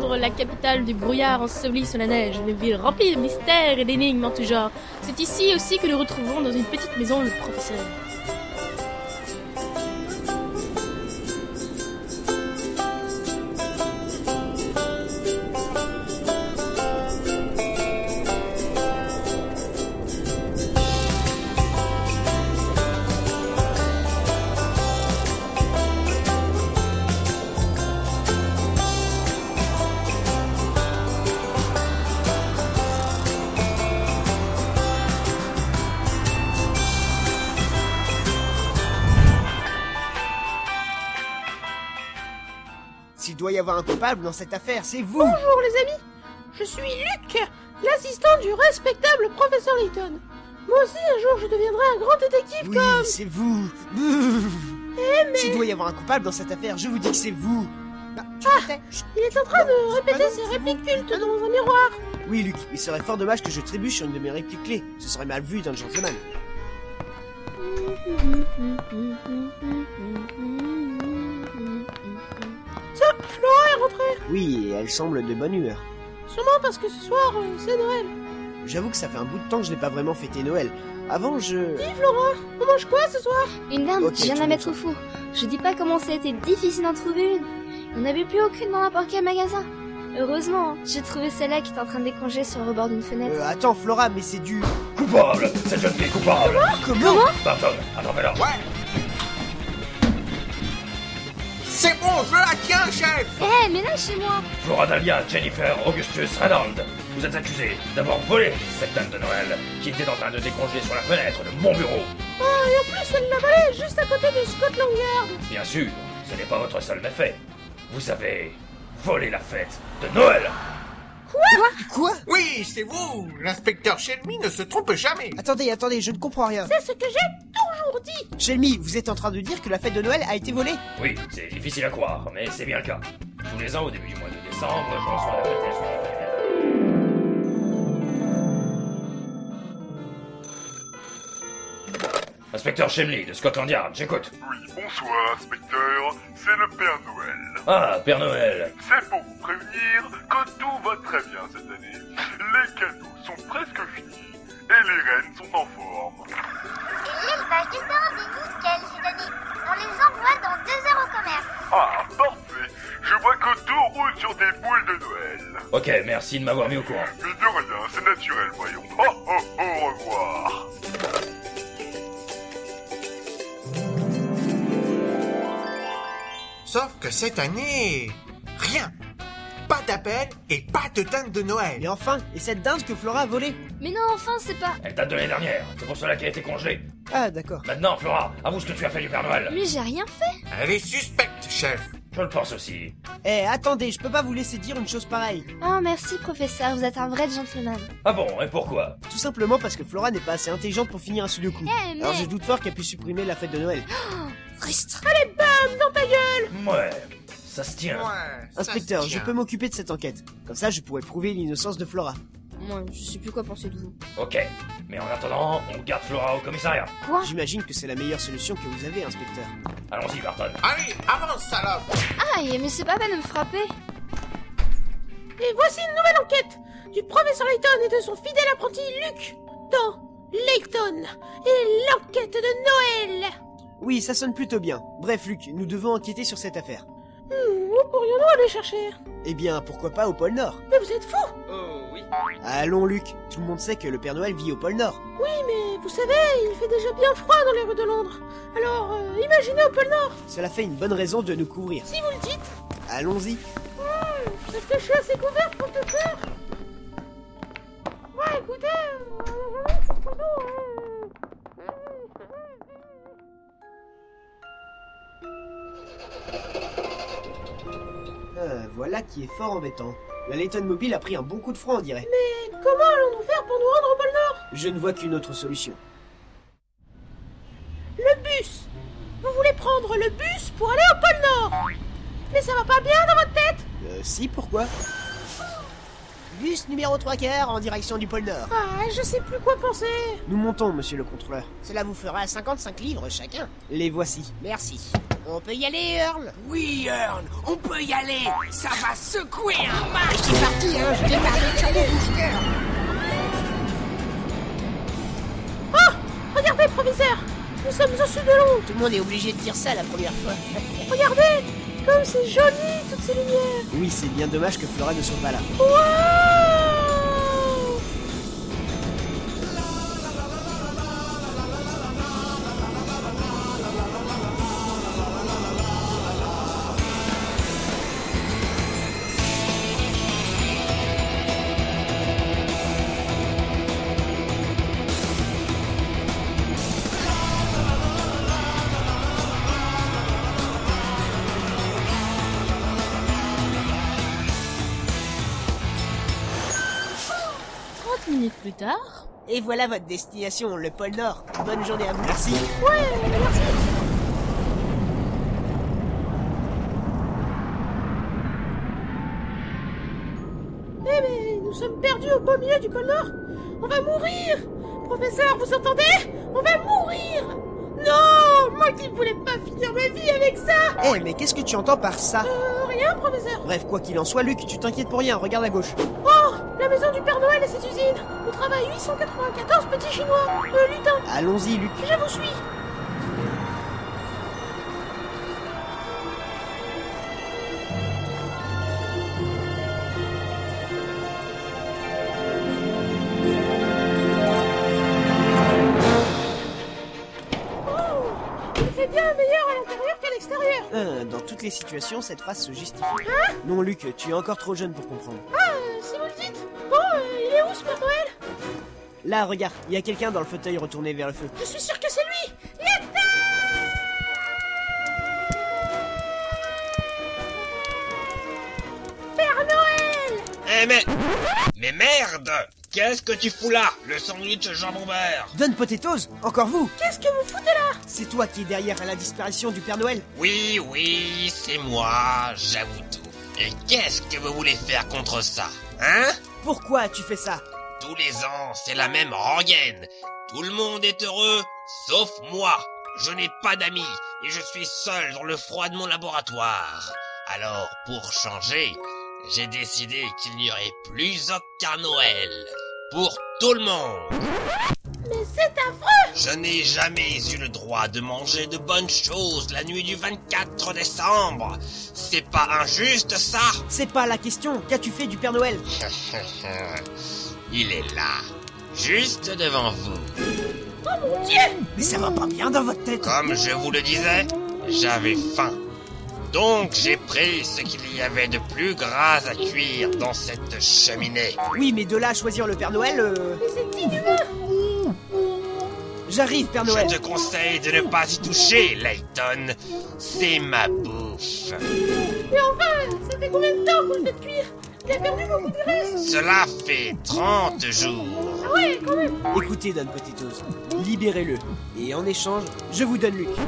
Londres, la capitale du brouillard enseveli sous la neige, une ville remplie de mystères et d'énigmes en tout genre. C'est ici aussi que nous retrouvons dans une petite maison le professeur. S'il doit y avoir un coupable dans cette affaire, c'est vous. Bonjour les amis, je suis Luc, l'assistant du respectable professeur Layton. Moi aussi un jour je deviendrai un grand détective Oui, comme... c'est vous. S'il doit y avoir un coupable dans cette affaire, je vous dis que c'est vous. Il est en train de répéter ses répliques cultes dans un miroir. Oui, Luc, il serait fort dommage que je trébuche sur une de mes répliques clés. Ce serait mal vu d'un gentleman. Tiens, Flora est rentrée. Oui, et elle semble de bonne humeur. Sûrement parce que ce soir, c'est Noël. J'avoue que ça fait un bout de temps que je n'ai pas vraiment fêté Noël. Avant, je... Dis Flora, on mange quoi ce soir? Une dinde, Ok, je viens de la tout mettre au four. Je dis pas comment ça a été difficile d'en trouver une. Il n'y en avait plus aucune dans n'importe quel magasin. Heureusement, j'ai trouvé celle-là qui est en train de décongeler sur le rebord d'une fenêtre. Attends, Flora, mais c'est du... Coupable! Cette jeune fille est coupable! Comment Barton, attrapez-la! Ouais. C'est bon, je la tiens, chef. Eh, mais lâchez-moi! Flora Dahlia, Jennifer, Augustus, Reynolds, vous êtes accusés d'avoir volé cette dinde de Noël qui était en train de décongeler sur la fenêtre de mon bureau. Ah, et en plus elle l'a volé juste à côté du Scotland Yard. Bien sûr, ce n'est pas votre seul méfait. Vous avez volé la fête de Noël. Quoi? Oui, c'est vous. L'inspecteur Shelby ne se trompe jamais. Attendez, je ne comprends rien. C'est ce que j'ai toujours dit. Shelby, vous êtes en train de dire que la fête de Noël a été volée? Oui, c'est difficile à croire, mais c'est bien le cas. Tous les ans, au début du mois de décembre, je reçois la invitation du préfet. Inspecteur Shemley de Scotland Yard, j'écoute. Oui, bonsoir, inspecteur. C'est le Père Noël. Ah, Père Noël. C'est pour vous prévenir que tout va très bien cette année. Les cadeaux sont presque finis et les reines sont en forme. Et l'élevage des dents est nickel cette année. On les envoie dans 2 heures au commerce. Ah, parfait. Je vois que tout roule sur des boules de Noël. Ok, merci de m'avoir mis au courant. Mais de rien, c'est naturel, voyons. Au revoir. Sauf que cette année, rien. Pas d'appel et pas de dinde de Noël. Mais enfin, et cette dinde que Flora a volée? Mais non, enfin, c'est pas... Elle date de l'année dernière, c'est pour cela qu'elle a été congelée. Ah, d'accord. Maintenant, Flora, avoue ce que tu as fait du Père Noël. Mais j'ai rien fait. Elle est suspecte, chef. Je le pense aussi. Attendez, je peux pas vous laisser dire une chose pareille. Oh, merci, professeur, vous êtes un vrai gentleman. Ah bon, et pourquoi? Tout simplement parce que Flora n'est pas assez intelligente pour finir un sudoku. mais... Alors je doute fort qu'elle puisse supprimer la fête de Noël. Reste. Allez, bam, dans ta gueule. Ouais, ça se tient. Ouais, ça Inspecteur, se je tient. peux m'occuper de cette enquête. Comme ça, je pourrais prouver l'innocence de Flora. Moi, je sais plus quoi penser de vous. Ok, mais en attendant, on garde Flora au commissariat. Quoi? J'imagine que c'est la meilleure solution que vous avez, inspecteur. Allons-y, Barton. Allez, avance, salope. Aïe, mais c'est pas peine de me frapper. Et voici une nouvelle enquête du professeur Layton et de son fidèle apprenti Luc dans Layton et l'enquête de Noël. Oui, ça sonne plutôt bien. Bref, Luc, nous devons enquêter sur cette affaire. Où pourrions-nous aller chercher? Eh bien, pourquoi pas au pôle Nord? Mais vous êtes fou. Oh oui. Allons, Luc. Tout le monde sait que le Père Noël vit au pôle Nord. Oui, mais vous savez, il fait déjà bien froid dans les rues de Londres. Alors, imaginez au pôle Nord. Cela fait une bonne raison de nous couvrir. Si vous le dites. Allons-y. Est-ce que je suis assez couvert pour te faire? Ouais, écoutez... Voilà qui est fort embêtant. La Layton Mobile a pris un bon coup de froid, on dirait. Mais comment allons-nous faire pour nous rendre au pôle Nord? Je ne vois qu'une autre solution. Le bus. Vous voulez prendre le bus pour aller au pôle Nord? Mais ça va pas bien dans votre tête? Si, pourquoi? Bus numéro 3 quarts en direction du pôle Nord. Ah, je sais plus quoi penser. Nous montons, monsieur le contrôleur. Cela vous fera 55 livres chacun. Les voici. Merci. On peut y aller, Earl? Oui, Earl, on peut y aller. Ça va secouer un match. Je suis parti, hein, je t'ai parlé de chalet booster. Oh, regardez, proviseur. Nous sommes au sud de Londres. Tout le monde est obligé de dire ça la première fois. Regardez, comme c'est joli, toutes ces lumières. Oui, c'est bien dommage que Flora ne soit pas là. Wow! 30 minutes plus tard... Et voilà votre destination, le pôle Nord. Bonne journée à vous. Merci. Ouais, merci. Eh mais nous sommes perdus au beau milieu du pôle Nord. On va mourir. Professeur, vous entendez? On va mourir. Non, moi qui voulais pas finir ma vie avec ça. Eh, mais qu'est-ce que tu entends par ça? Rien, professeur. Bref, quoi qu'il en soit, Luc, tu t'inquiètes pour rien, regarde à gauche. Oh, la maison du Père Noël et ses usines. Où travaillent 894 petits Chinois, lutins. Allons-y, Luc. Je vous suis. C'est bien meilleur à l'intérieur qu'à l'extérieur. Dans toutes les situations, cette phrase se justifie. Hein? Non, Luc, tu es encore trop jeune pour comprendre. Ah, si vous le dites. Bon, il est où ce Père Noël? Là, regarde, il y a quelqu'un dans le fauteuil retourné vers le feu. Je suis sûr que c'est lui. Père Noël. Eh mais merde! Qu'est-ce que tu fous là? Le sandwich jambon beurre! Don Potatoes, encore vous? Qu'est-ce que vous foutez là? C'est toi qui es derrière la disparition du Père Noël? Oui, c'est moi, j'avoue tout. Et qu'est-ce que vous voulez faire contre ça? Hein? Pourquoi tu fais ça? Tous les ans, c'est la même rengaine. Tout le monde est heureux, sauf moi. Je n'ai pas d'amis et je suis seul dans le froid de mon laboratoire. Alors, pour changer, j'ai décidé qu'il n'y aurait plus aucun Noël. Pour tout le monde. Mais c'est affreux. Je n'ai jamais eu le droit de manger de bonnes choses la nuit du 24 décembre. C'est pas injuste, ça? C'est pas la question. Qu'as-tu fait du Père Noël? Il est là, juste devant vous. Oh mon Dieu. Mais ça va pas bien dans votre tête. Comme je vous le disais, j'avais faim. Donc j'ai pris ce qu'il y avait de plus gras à cuire dans cette cheminée. Oui, mais de là à choisir le Père Noël... Mais c'est inhumain. J'arrive, Père Noël. Je te conseille de ne pas y toucher, Layton. C'est ma bouffe. Mais enfin, ça fait combien de temps qu'on le fait cuire? Il a perdu beaucoup de graisse. Cela fait 30 jours. Ah ouais, quand même. Écoutez, Don Potatoes, libérez-le. Et en échange, je vous donne Luc.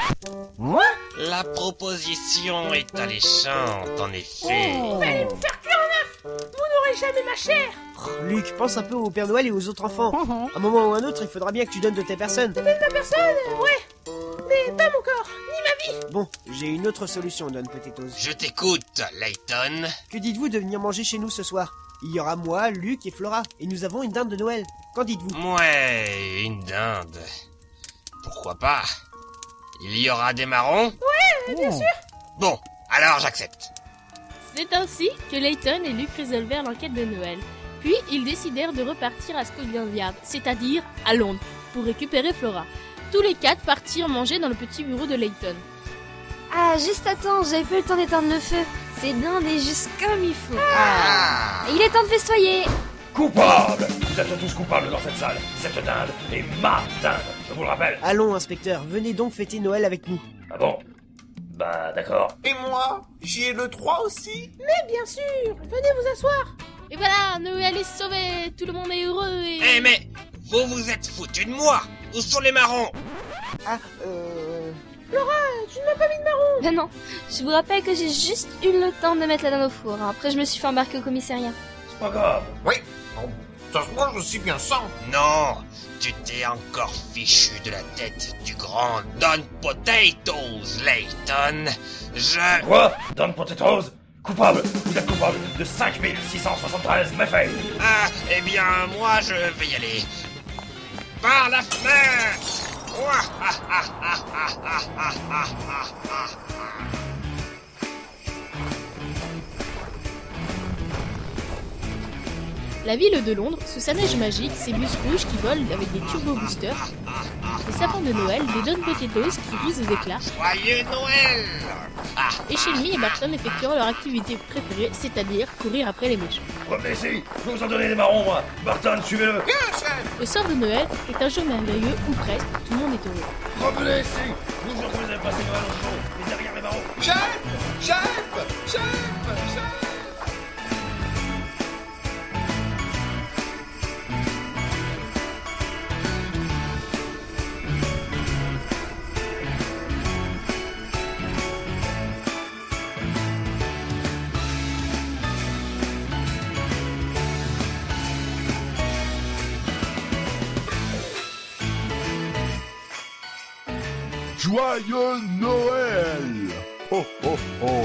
La proposition est alléchante, en effet. Vous allez vous faire cuire un œuf. Vous n'aurez jamais ma chair. Oh, Luc, pense un peu au Père Noël et aux autres enfants. À un moment ou un autre, il faudra bien que tu donnes de tes personnes. Donne ma personne, ouais. Mais pas mon corps, ni ma vie. Bon, j'ai une autre solution, Don Potatoes. Je t'écoute, Layton. Que dites-vous de venir manger chez nous ce soir? Il y aura moi, Luc et Flora. Et nous avons une dinde de Noël. Qu'en dites-vous? Ouais, une dinde. Pourquoi pas? Il y aura des marrons? Ouais, bien sûr. Bon, alors j'accepte. C'est ainsi que Layton et Luke résolvèrent l'enquête de Noël. Puis ils décidèrent de repartir à Scotland Yard, c'est-à-dire à Londres, pour récupérer Flora. Tous les quatre partirent manger dans le petit bureau de Layton. Ah, juste attends, j'avais pas eu le temps d'éteindre le feu. C'est blindé juste comme il faut. Et il est temps de festoyer. Coupable! Vous êtes tous coupables dans cette salle. Cette dinde est ma dinde, je vous le rappelle. Allons, inspecteur, venez donc fêter Noël avec nous. Ah bon? Bah d'accord. Et moi, j'y ai le droit aussi? Mais bien sûr, venez vous asseoir. Et voilà, Noël est sauvé, tout le monde est heureux et... Eh mais, vous vous êtes foutus de moi! Où sont les marrons? Ah, Flora, tu ne m'as pas mis de marron. Ben non, je vous rappelle que j'ai juste eu le temps de mettre la dinde au four. Après, je me suis fait embarquer au commissariat. pas grave. Oui, ça se mange aussi bien sans. Non, tu t'es encore fichu de la tête du grand Don Potatoes, Layton. Quoi? Don Potatoes? Coupable! Vous êtes coupable de 5673 méfaits! Ah, eh bien, moi, je vais y aller. Par la fenêtre! Ouah, ah, ah, ah, ah, ah, ah, ah, ah, ah. La ville de Londres, sous sa neige magique, ses bus rouges qui volent avec des turbo-boosters, les sapins de Noël, des Don Potatoes qui brisent aux éclats, Joyeux Noël! et Shelby et Barton effectuant leur activité préférée, c'est-à-dire courir après les méchants. Revenez ici! Je vais vous en donner des marrons, moi! Barton, suivez-le! Bien, chef. Le soir de Noël est un jour merveilleux où presque tout le monde est heureux. Revenez ici! Je vous jure que vous avez passé Noël au chaud, et derrière les marrons! Chef! Joyeux Noël! Ho ho ho!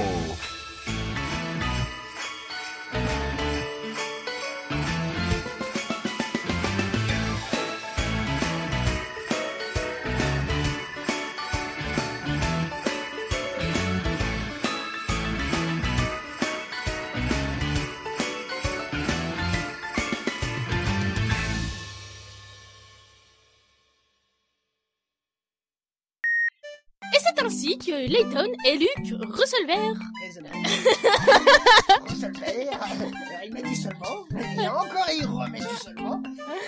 Et c'est ainsi que Layton et Luke resolvèrent. Il m'a dit seulement, et encore il remet dit seulement.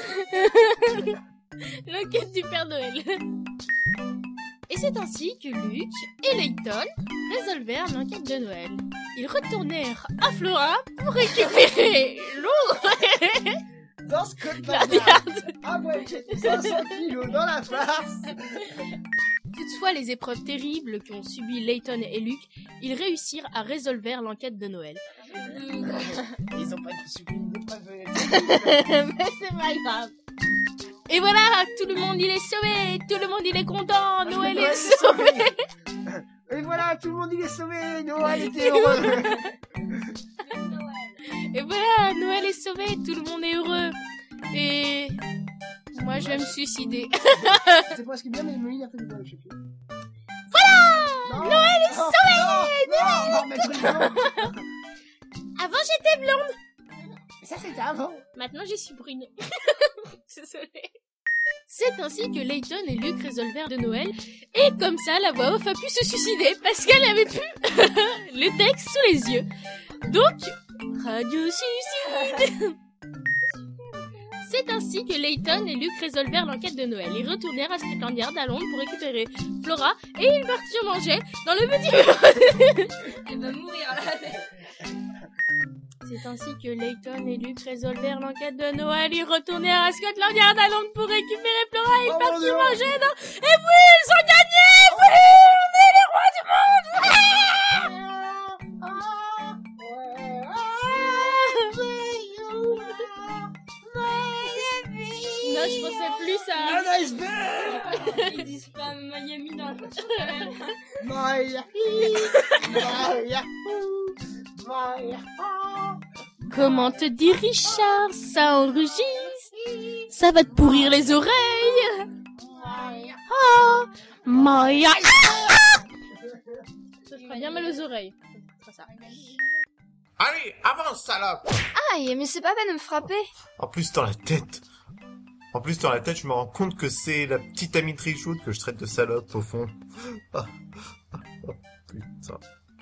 L'enquête du Père Noël. Et c'est ainsi que Luke et Layton résolvèrent l'enquête de Noël. Ils retournèrent à Flora pour récupérer l'eau. Dans Scotland Yard. Ah ouais, j'ai 500 kilos dans la face. Toutefois, les épreuves terribles qu'ont subies Layton et Luke, ils réussirent à résolver l'enquête de Noël. Ils ont pas subi une épreuve. Mais c'est pas grave. Et voilà, tout le monde il est sauvé, tout le monde il est content, Noël est sauvé. Et voilà, tout le monde il est sauvé, Noël était heureux. Et voilà, Noël est sauvé, tout le monde est heureux. Et moi je vais me suicider. C'est presque bien, mais il a fait du mal, je sais plus. Voilà, Noël est sauvé. Non, maître Jean. Avant j'étais blonde. Ça c'était avant. Maintenant je suis brune. Désolée. C'est ainsi que Layton et Luke résolvèrent de Noël, et comme ça la voix off a pu se suicider parce qu'elle avait plus le texte sous les yeux. Donc, radio suicide. C'est ainsi que Layton et Luke résolvèrent l'enquête de Noël. Ils retournèrent à Scotland Yard à Londres pour récupérer Flora, et ils partirent manger dans le petit... Elle va mourir là. C'est ainsi que Layton et Luke résolvèrent l'enquête de Noël. Ils retournèrent à Scotland Yard à Londres pour récupérer Flora et ils partirent manger dans... Et oui, ils ont gagné. Oui, on est les rois du monde. Non, je pensais plus à... Un iceberg. Ils disent pas Miami dans le... Comment te dire, Richard? Ça enregistre. Ça va te pourrir les oreilles. Oh, Maya. Ça te fera bien mal aux oreilles. Ça. Allez, avance, salope! Aïe, mais c'est pas peine de me frapper. En plus, dans la tête, je me rends compte que c'est la petite amie trichoute que je traite de salope, au fond. Oh, putain.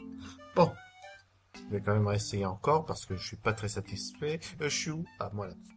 Bon. Je vais quand même essayer encore, parce que je suis pas très satisfait. Je suis où? Ah, voilà.